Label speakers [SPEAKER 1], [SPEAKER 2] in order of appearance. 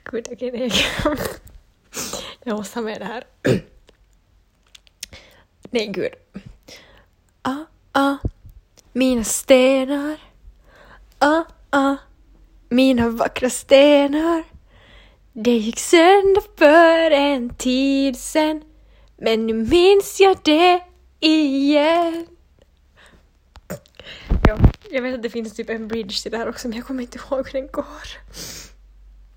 [SPEAKER 1] Gud, okej, jag måste ha med det här. Nej, gud. Mina stenar. Mina vackra stenar. Det gick sönder för en tid sen. Men nu minns jag det igen. Ja, jag vet att det finns typ en bridge till det här också, men jag kommer inte ihåg hur den går.